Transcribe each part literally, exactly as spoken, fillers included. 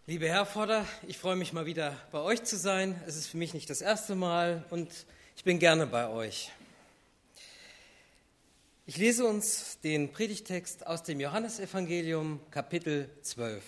Liebe Herforder, ich freue mich mal wieder bei euch zu sein. Es ist für mich nicht das erste Mal und ich bin gerne bei euch. Ich lese uns den Predigtext aus dem Johannesevangelium, Kapitel zwölf.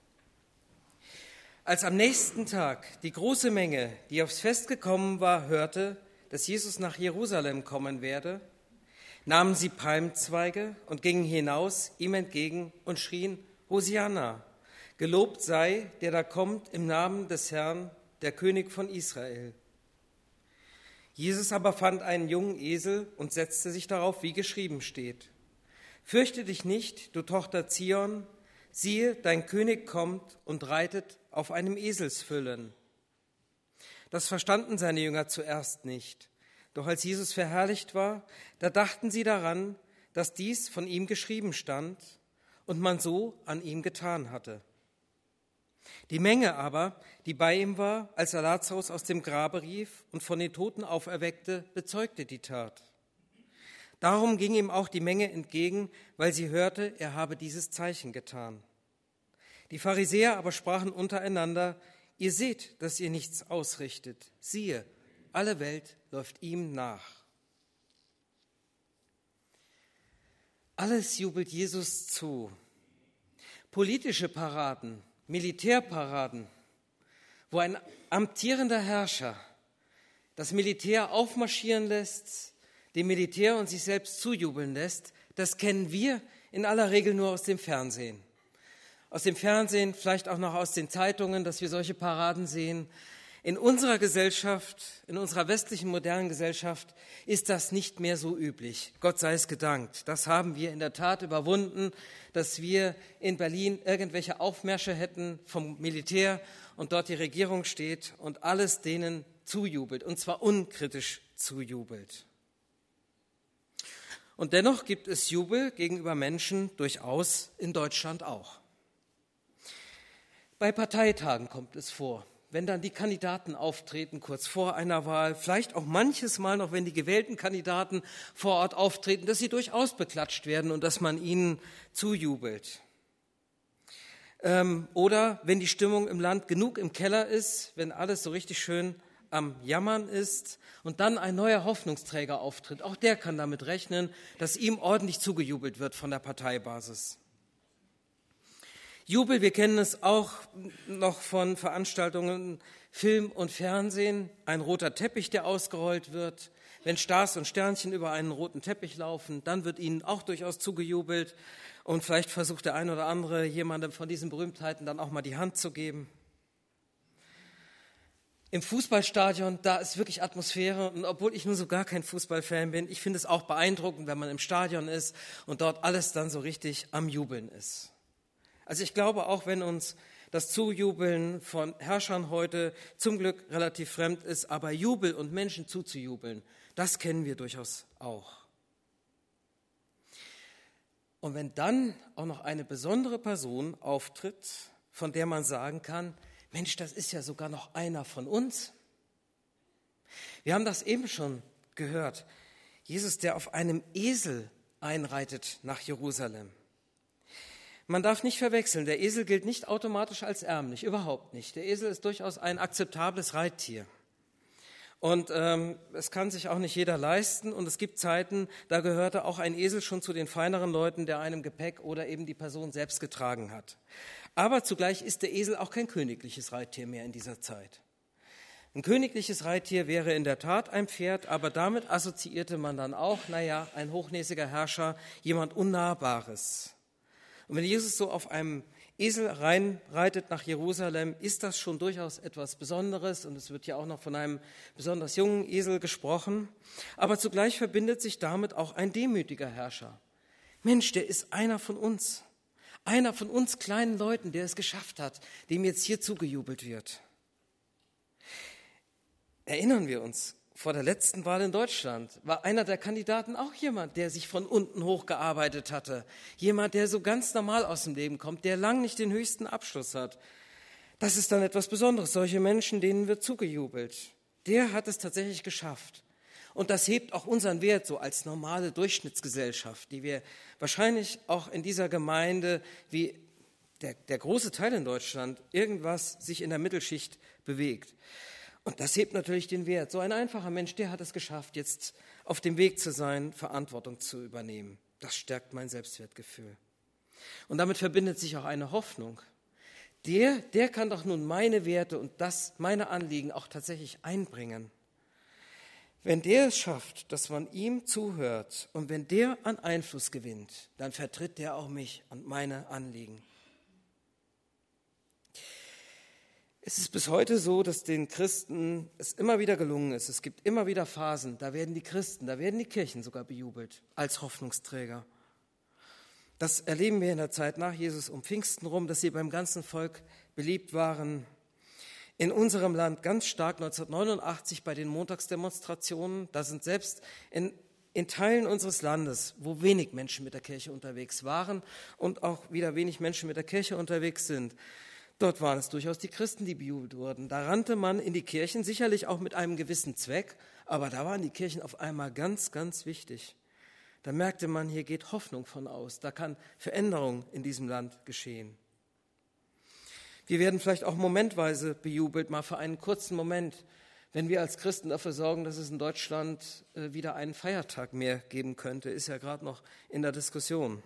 Als am nächsten Tag die große Menge, die aufs Fest gekommen war, hörte, dass Jesus nach Jerusalem kommen werde, nahmen sie Palmzweige und gingen hinaus ihm entgegen und schrien: Hosianna! Gelobt sei, der da kommt im Namen des Herrn, der König von Israel. Jesus aber fand einen jungen Esel und setzte sich darauf, wie geschrieben steht: Fürchte dich nicht, du Tochter Zion, siehe, dein König kommt und reitet auf einem Eselsfüllen. Das verstanden seine Jünger zuerst nicht. Doch als Jesus verherrlicht war, da dachten sie daran, dass dies von ihm geschrieben stand und man so an ihm getan hatte. Die Menge aber, die bei ihm war, als er Lazarus aus dem Grabe rief und von den Toten auferweckte, bezeugte die Tat. Darum ging ihm auch die Menge entgegen, weil sie hörte, er habe dieses Zeichen getan. Die Pharisäer aber sprachen untereinander: Ihr seht, dass ihr nichts ausrichtet. Siehe, alle Welt läuft ihm nach. Alles jubelt Jesus zu. Politische Paraden, Militärparaden, wo ein amtierender Herrscher das Militär aufmarschieren lässt, dem Militär und sich selbst zujubeln lässt, das kennen wir in aller Regel nur aus dem Fernsehen. Aus dem Fernsehen, vielleicht auch noch aus den Zeitungen, dass wir solche Paraden sehen. In unserer Gesellschaft, in unserer westlichen modernen Gesellschaft ist das nicht mehr so üblich. Gott sei es gedankt. Das haben wir in der Tat überwunden, dass wir in Berlin irgendwelche Aufmärsche hätten vom Militär und dort die Regierung steht und alles denen zujubelt, und zwar unkritisch zujubelt. Und dennoch gibt es Jubel gegenüber Menschen durchaus in Deutschland auch. Bei Parteitagen kommt es vor. Wenn dann die Kandidaten auftreten, kurz vor einer Wahl, vielleicht auch manches Mal noch, wenn die gewählten Kandidaten vor Ort auftreten, dass sie durchaus beklatscht werden und dass man ihnen zujubelt. Ähm, oder wenn die Stimmung im Land genug im Keller ist, wenn alles so richtig schön am Jammern ist und dann ein neuer Hoffnungsträger auftritt, auch der kann damit rechnen, dass ihm ordentlich zugejubelt wird von der Parteibasis. Jubel, wir kennen es auch noch von Veranstaltungen, Film und Fernsehen, ein roter Teppich, der ausgerollt wird. Wenn Stars und Sternchen über einen roten Teppich laufen, dann wird ihnen auch durchaus zugejubelt und vielleicht versucht der ein oder andere, jemandem von diesen Berühmtheiten dann auch mal die Hand zu geben. Im Fußballstadion, da ist wirklich Atmosphäre, und obwohl ich nun so gar kein Fußballfan bin, ich finde es auch beeindruckend, wenn man im Stadion ist und dort alles dann so richtig am Jubeln ist. Also ich glaube, auch wenn uns das Zujubeln von Herrschern heute zum Glück relativ fremd ist, aber Jubel und Menschen zuzujubeln, das kennen wir durchaus auch. Und wenn dann auch noch eine besondere Person auftritt, von der man sagen kann: Mensch, das ist ja sogar noch einer von uns. Wir haben das eben schon gehört. Jesus, der auf einem Esel einreitet nach Jerusalem. Man darf nicht verwechseln, der Esel gilt nicht automatisch als ärmlich, überhaupt nicht. Der Esel ist durchaus ein akzeptables Reittier. Und ähm, es kann sich auch nicht jeder leisten, und es gibt Zeiten, da gehörte auch ein Esel schon zu den feineren Leuten, der einem Gepäck oder eben die Person selbst getragen hat. Aber zugleich ist der Esel auch kein königliches Reittier mehr in dieser Zeit. Ein königliches Reittier wäre in der Tat ein Pferd, aber damit assoziierte man dann auch, naja, ein hochnäsiger Herrscher, jemand Unnahbares. Und wenn Jesus so auf einem Esel reinreitet nach Jerusalem, ist das schon durchaus etwas Besonderes, und es wird ja auch noch von einem besonders jungen Esel gesprochen. Aber zugleich verbindet sich damit auch ein demütiger Herrscher. Mensch, der ist einer von uns, einer von uns kleinen Leuten, der es geschafft hat, dem jetzt hier zugejubelt wird. Erinnern wir uns, vor der letzten Wahl in Deutschland war einer der Kandidaten auch jemand, der sich von unten hochgearbeitet hatte. Jemand, der so ganz normal aus dem Leben kommt, der lang nicht den höchsten Abschluss hat. Das ist dann etwas Besonderes. Solche Menschen, denen wird zugejubelt. Der hat es tatsächlich geschafft. Und das hebt auch unseren Wert so als normale Durchschnittsgesellschaft, die wir wahrscheinlich auch in dieser Gemeinde wie der, der große Teil in Deutschland irgendwas sich in der Mittelschicht bewegt. Und das hebt natürlich den Wert. So ein einfacher Mensch, der hat es geschafft, jetzt auf dem Weg zu sein, Verantwortung zu übernehmen. Das stärkt mein Selbstwertgefühl. Und damit verbindet sich auch eine Hoffnung. Der, der kann doch nun meine Werte und das, meine Anliegen auch tatsächlich einbringen. Wenn der es schafft, dass man ihm zuhört und wenn der an Einfluss gewinnt, dann vertritt der auch mich und meine Anliegen. Es ist bis heute so, dass den Christen es immer wieder gelungen ist. Es gibt immer wieder Phasen, da werden die Christen, da werden die Kirchen sogar bejubelt als Hoffnungsträger. Das erleben wir in der Zeit nach Jesus um Pfingsten rum, dass sie beim ganzen Volk beliebt waren. In unserem Land ganz stark neunzehnhundertneunundachtzig bei den Montagsdemonstrationen. Da sind selbst in, in Teilen unseres Landes, wo wenig Menschen mit der Kirche unterwegs waren und auch wieder wenig Menschen mit der Kirche unterwegs sind, dort waren es durchaus die Christen, die bejubelt wurden. Da rannte man in die Kirchen, sicherlich auch mit einem gewissen Zweck, aber da waren die Kirchen auf einmal ganz, ganz wichtig. Da merkte man, hier geht Hoffnung von aus, da kann Veränderung in diesem Land geschehen. Wir werden vielleicht auch momentweise bejubelt, mal für einen kurzen Moment, wenn wir als Christen dafür sorgen, dass es in Deutschland wieder einen Feiertag mehr geben könnte, ist ja gerade noch in der Diskussion.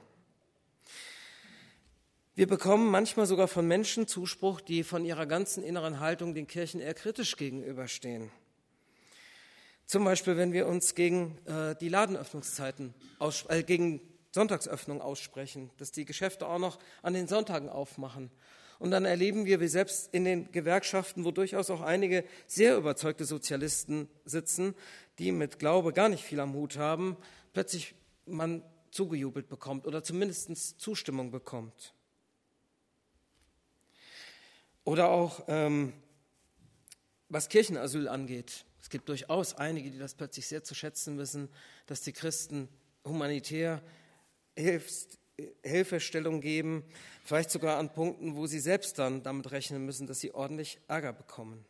Wir bekommen manchmal sogar von Menschen Zuspruch, die von ihrer ganzen inneren Haltung den Kirchen eher kritisch gegenüberstehen. Zum Beispiel, wenn wir uns gegen äh, die Ladenöffnungszeiten, aus, äh, gegen Sonntagsöffnung aussprechen, dass die Geschäfte auch noch an den Sonntagen aufmachen. Und dann erleben wir, wie selbst in den Gewerkschaften, wo durchaus auch einige sehr überzeugte Sozialisten sitzen, die mit Glaube gar nicht viel am Hut haben, plötzlich man zugejubelt bekommt oder zumindest Zustimmung bekommt. Oder auch, ähm, was Kirchenasyl angeht. Es gibt durchaus einige, die das plötzlich sehr zu schätzen wissen, dass die Christen humanitär Hilfs- Hilfestellung geben, vielleicht sogar an Punkten, wo sie selbst dann damit rechnen müssen, dass sie ordentlich Ärger bekommen.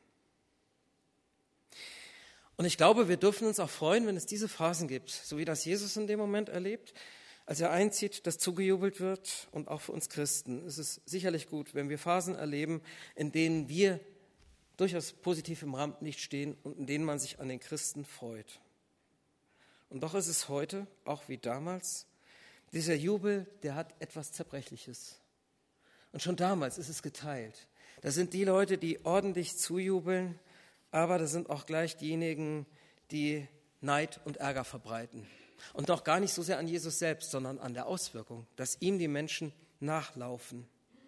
Und ich glaube, wir dürfen uns auch freuen, wenn es diese Phasen gibt, so wie das Jesus in dem Moment erlebt, als er einzieht, dass zugejubelt wird, und auch für uns Christen ist es sicherlich gut, wenn wir Phasen erleben, in denen wir durchaus positiv im Rampenlicht stehen und in denen man sich an den Christen freut. Und doch ist es heute, auch wie damals, dieser Jubel, der hat etwas Zerbrechliches. Und schon damals ist es geteilt. Da sind die Leute, die ordentlich zujubeln, aber da sind auch gleich diejenigen, die Neid und Ärger verbreiten. Und auch gar nicht so sehr an Jesus selbst, sondern an der Auswirkung, dass ihm die Menschen nachlaufen.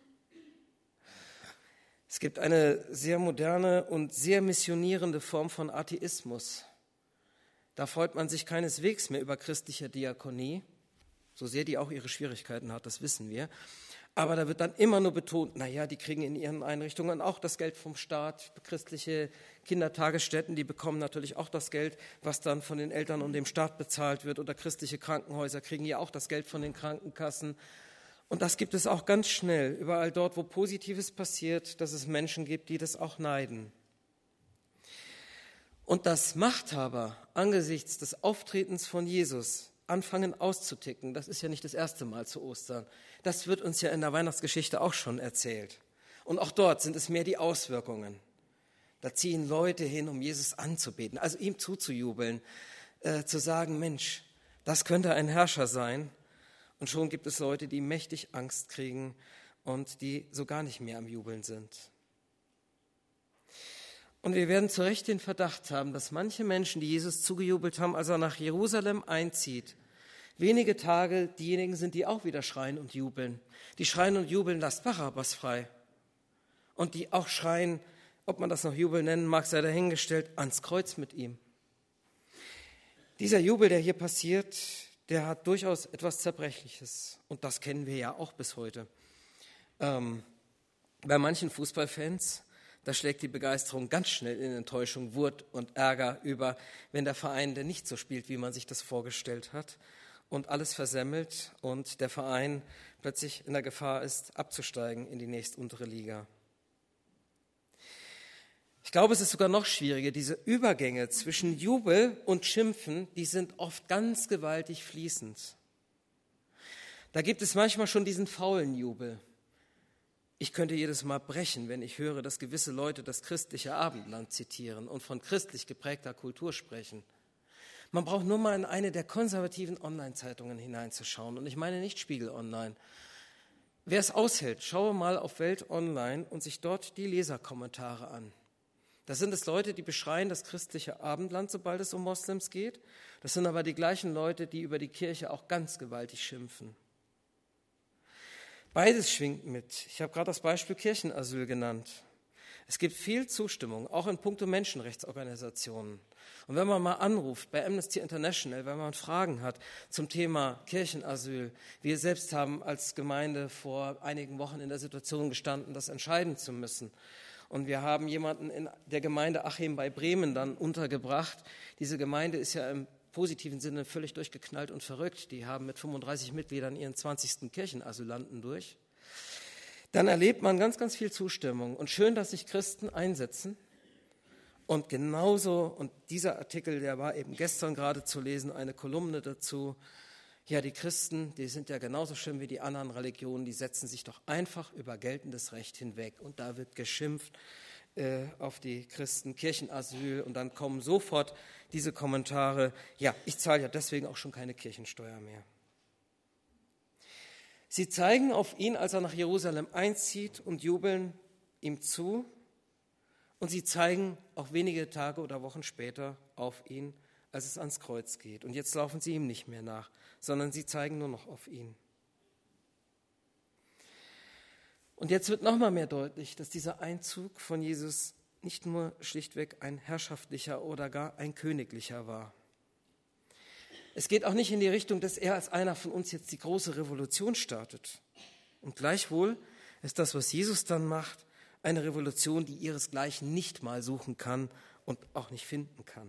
Es gibt eine sehr moderne und sehr missionierende Form von Atheismus. Da freut man sich keineswegs mehr über christliche Diakonie, so sehr die auch ihre Schwierigkeiten hat, das wissen wir. Aber da wird dann immer nur betont, naja, die kriegen in ihren Einrichtungen auch das Geld vom Staat. Christliche Kindertagesstätten, die bekommen natürlich auch das Geld, was dann von den Eltern und dem Staat bezahlt wird. Oder christliche Krankenhäuser kriegen ja auch das Geld von den Krankenkassen. Und das gibt es auch ganz schnell, überall dort, wo Positives passiert, dass es Menschen gibt, die das auch neiden. Und dass Machthaber angesichts des Auftretens von Jesus anfangen auszuticken, das ist ja nicht das erste Mal zu Ostern. Das wird uns ja in der Weihnachtsgeschichte auch schon erzählt. Und auch dort sind es mehr die Auswirkungen. Da ziehen Leute hin, um Jesus anzubeten, also ihm zuzujubeln, äh, zu sagen, Mensch, das könnte ein Herrscher sein. Und schon gibt es Leute, die mächtig Angst kriegen und die so gar nicht mehr am Jubeln sind. Und wir werden zu Recht den Verdacht haben, dass manche Menschen, die Jesus zugejubelt haben, als er nach Jerusalem einzieht, wenige Tage diejenigen sind, die auch wieder schreien und jubeln. Die schreien und jubeln, lasst Barabbas frei. Und die auch schreien, ob man das noch Jubel nennen mag, sei dahingestellt, ans Kreuz mit ihm. Dieser Jubel, der hier passiert, der hat durchaus etwas Zerbrechliches. Und das kennen wir ja auch bis heute. Ähm, bei manchen Fußballfans, da schlägt die Begeisterung ganz schnell in Enttäuschung, Wut und Ärger über, wenn der Verein denn nicht so spielt, wie man sich das vorgestellt hat und alles versemmelt und der Verein plötzlich in der Gefahr ist, abzusteigen in die nächstuntere Liga. Ich glaube, es ist sogar noch schwieriger. Diese Übergänge zwischen Jubel und Schimpfen, die sind oft ganz gewaltig fließend. Da gibt es manchmal schon diesen faulen Jubel. Ich könnte jedes Mal brechen, wenn ich höre, dass gewisse Leute das christliche Abendland zitieren und von christlich geprägter Kultur sprechen. Man braucht nur mal in eine der konservativen Online-Zeitungen hineinzuschauen. Und ich meine nicht Spiegel Online. Wer es aushält, schaue mal auf Welt Online und sich dort die Leserkommentare an. Da sind es Leute, die beschreien das christliche Abendland, sobald es um Moslems geht. Das sind aber die gleichen Leute, die über die Kirche auch ganz gewaltig schimpfen. Beides schwingt mit. Ich habe gerade das Beispiel Kirchenasyl genannt. Es gibt viel Zustimmung, auch in puncto Menschenrechtsorganisationen. Und wenn man mal anruft bei Amnesty International, wenn man Fragen hat zum Thema Kirchenasyl, wir selbst haben als Gemeinde vor einigen Wochen in der Situation gestanden, das entscheiden zu müssen. Und wir haben jemanden in der Gemeinde Achim bei Bremen dann untergebracht. Diese Gemeinde ist ja im positiven Sinne völlig durchgeknallt und verrückt. Die haben mit fünfunddreißig Mitgliedern ihren zwanzigsten Kirchenasylanten durch. Dann erlebt man ganz, ganz viel Zustimmung. Und schön, dass sich Christen einsetzen. Und genauso, und dieser Artikel, der war eben gestern gerade zu lesen, eine Kolumne dazu. Ja, die Christen, die sind ja genauso schlimm wie die anderen Religionen, die setzen sich doch einfach über geltendes Recht hinweg. Und da wird geschimpft äh, auf die Christen, Kirchenasyl, und dann kommen sofort diese Kommentare, ja, ich zahle ja deswegen auch schon keine Kirchensteuer mehr. Sie zeigen auf ihn, als er nach Jerusalem einzieht, und jubeln ihm zu. Und sie zeigen auch wenige Tage oder Wochen später auf ihn, als es ans Kreuz geht. Und jetzt laufen sie ihm nicht mehr nach, sondern sie zeigen nur noch auf ihn. Und jetzt wird noch mal mehr deutlich, dass dieser Einzug von Jesus nicht nur schlichtweg ein herrschaftlicher oder gar ein königlicher war. Es geht auch nicht in die Richtung, dass er als einer von uns jetzt die große Revolution startet. Und gleichwohl ist das, was Jesus dann macht, eine Revolution, die ihresgleichen nicht mal suchen kann und auch nicht finden kann.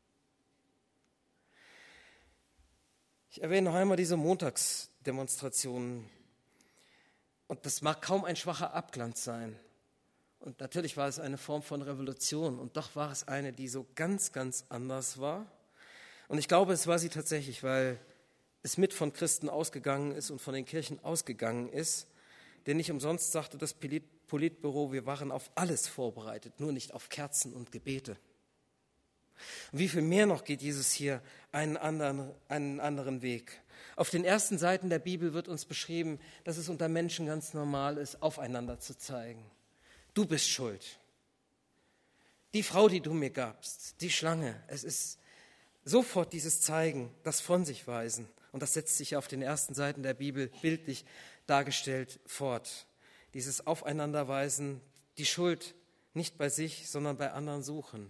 Ich erwähne noch einmal diese Montagsdemonstrationen. Und das mag kaum ein schwacher Abglanz sein. Und natürlich war es eine Form von Revolution. Und doch war es eine, die so ganz, ganz anders war. Und ich glaube, es war sie tatsächlich, weil es mit von Christen ausgegangen ist und von den Kirchen ausgegangen ist. Denn nicht umsonst sagte das Politbüro, wir waren auf alles vorbereitet, nur nicht auf Kerzen und Gebete. Und wie viel mehr noch geht Jesus hier einen anderen, einen anderen Weg? Auf den ersten Seiten der Bibel wird uns beschrieben, dass es unter Menschen ganz normal ist, aufeinander zu zeigen. Du bist schuld. Die Frau, die du mir gabst, die Schlange, es ist sofort dieses Zeigen, das von sich weisen. Und das setzt sich auf den ersten Seiten der Bibel bildlich dargestellt fort. Dieses Aufeinanderweisen, die Schuld nicht bei sich, sondern bei anderen suchen.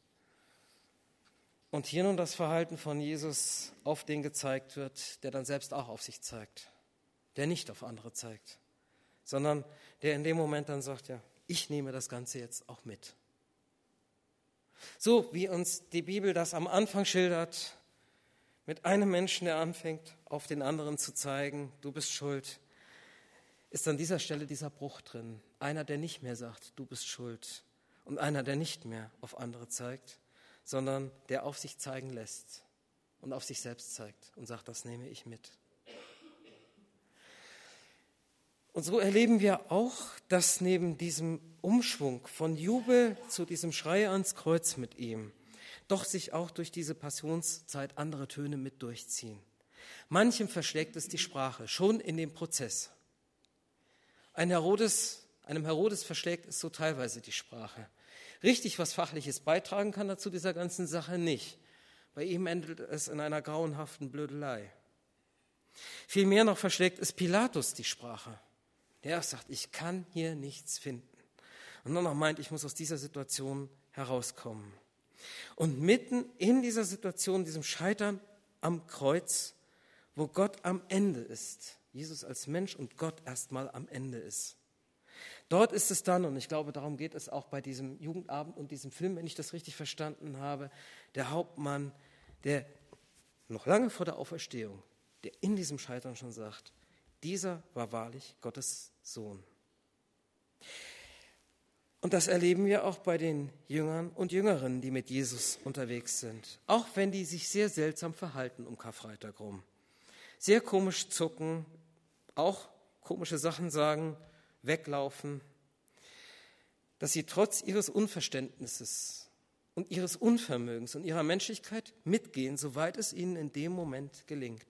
Und hier nun das Verhalten von Jesus, auf den gezeigt wird, der dann selbst auch auf sich zeigt, der nicht auf andere zeigt, sondern der in dem Moment dann sagt, ja, ich nehme das Ganze jetzt auch mit. So wie uns die Bibel das am Anfang schildert, mit einem Menschen, der anfängt, auf den anderen zu zeigen, du bist schuld, ist an dieser Stelle dieser Bruch drin. Einer, der nicht mehr sagt, du bist schuld, und einer, der nicht mehr auf andere zeigt, sondern der auf sich zeigen lässt und auf sich selbst zeigt und sagt, das nehme ich mit. Und so erleben wir auch, dass neben diesem Umschwung von Jubel zu diesem Schrei ans Kreuz mit ihm, doch sich auch durch diese Passionszeit andere Töne mit durchziehen. Manchem verschlägt es die Sprache, schon in dem Prozess. Ein Herodes, einem Herodes verschlägt es so teilweise die Sprache. Richtig was Fachliches beitragen kann dazu dieser ganzen Sache nicht. Bei ihm endet es in einer grauenhaften Blödelei. Vielmehr noch verschlägt es Pilatus die Sprache. Der sagt, ich kann hier nichts finden. Und nur noch meint, ich muss aus dieser Situation herauskommen. Und mitten in dieser Situation, diesem Scheitern am Kreuz, wo Gott am Ende ist, Jesus als Mensch und Gott erstmal am Ende ist. Dort ist es dann, und ich glaube, darum geht es auch bei diesem Jugendabend und diesem Film, wenn ich das richtig verstanden habe, der Hauptmann, der noch lange vor der Auferstehung, der in diesem Scheitern schon sagt, dieser war wahrlich Gottes Sohn. Und das erleben wir auch bei den Jüngern und Jüngerinnen, die mit Jesus unterwegs sind. Auch wenn die sich sehr seltsam verhalten um Karfreitag rum. Sehr komisch zucken, auch komische Sachen sagen, weglaufen, dass sie trotz ihres Unverständnisses und ihres Unvermögens und ihrer Menschlichkeit mitgehen, soweit es ihnen in dem Moment gelingt.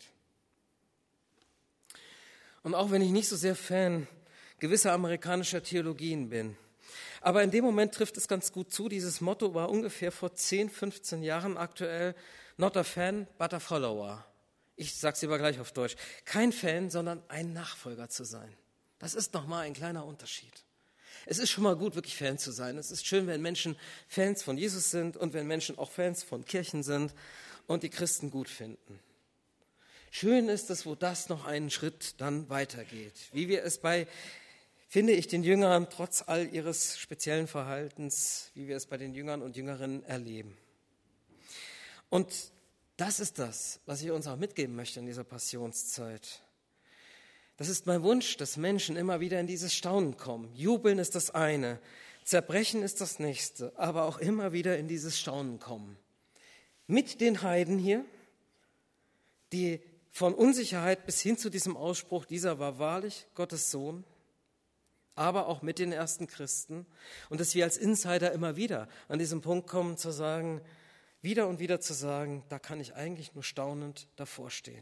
Und auch wenn ich nicht so sehr Fan gewisser amerikanischer Theologien bin, aber in dem Moment trifft es ganz gut zu. Dieses Motto war ungefähr vor zehn, fünfzehn Jahren aktuell. Not a fan, but a follower. Ich sage es lieber gleich auf Deutsch. Kein Fan, sondern ein Nachfolger zu sein. Das ist nochmal ein kleiner Unterschied. Es ist schon mal gut, wirklich Fan zu sein. Es ist schön, wenn Menschen Fans von Jesus sind und wenn Menschen auch Fans von Kirchen sind und die Christen gut finden. Schön ist es, wo das noch einen Schritt dann weitergeht. Wie wir es bei, finde ich, den Jüngern trotz all ihres speziellen Verhaltens, wie wir es bei den Jüngern und Jüngerinnen erleben. Und das ist das, was ich uns auch mitgeben möchte in dieser Passionszeit. Das ist mein Wunsch, dass Menschen immer wieder in dieses Staunen kommen. Jubeln ist das eine, Zerbrechen ist das nächste, aber auch immer wieder in dieses Staunen kommen. Mit den Heiden hier, die von Unsicherheit bis hin zu diesem Ausspruch, dieser war wahrlich Gottes Sohn, aber auch mit den ersten Christen. Und dass wir als Insider immer wieder an diesem Punkt kommen, zu sagen, wieder und wieder zu sagen, da kann ich eigentlich nur staunend davor stehen.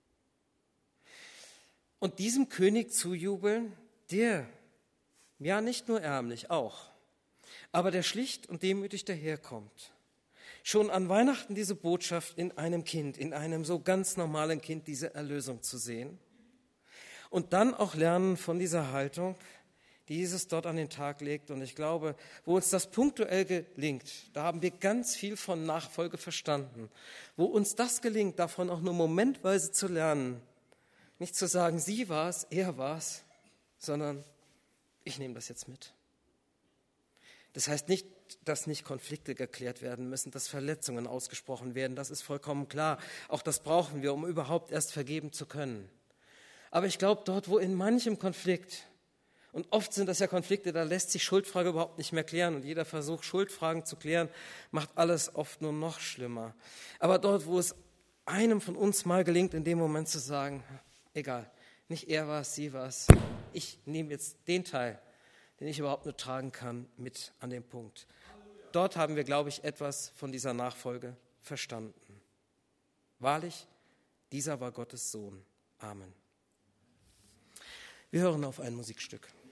Und diesem König zujubeln, der, ja nicht nur ärmlich, auch, aber der schlicht und demütig daherkommt. Schon an Weihnachten diese Botschaft in einem Kind, in einem so ganz normalen Kind, diese Erlösung zu sehen. Und dann auch lernen von dieser Haltung, die Jesus dort an den Tag legt. Und ich glaube, wo uns das punktuell gelingt, da haben wir ganz viel von Nachfolge verstanden. Wo uns das gelingt, davon auch nur momentweise zu lernen, nicht zu sagen, sie war es, er war es, sondern ich nehme das jetzt mit. Das heißt nicht, dass nicht Konflikte geklärt werden müssen, dass Verletzungen ausgesprochen werden, das ist vollkommen klar. Auch das brauchen wir, um überhaupt erst vergeben zu können. Aber ich glaube, dort, wo in manchem Konflikt, und oft sind das ja Konflikte, da lässt sich Schuldfrage überhaupt nicht mehr klären und jeder Versuch, Schuldfragen zu klären, macht alles oft nur noch schlimmer. Aber dort, wo es einem von uns mal gelingt, in dem Moment zu sagen, egal, nicht er war es, sie war es, ich nehme jetzt den Teil, den ich überhaupt nur tragen kann, mit an den Punkt. Dort haben wir, glaube ich, etwas von dieser Nachfolge verstanden. Wahrlich, dieser war Gottes Sohn. Amen. Wir hören auf ein Musikstück.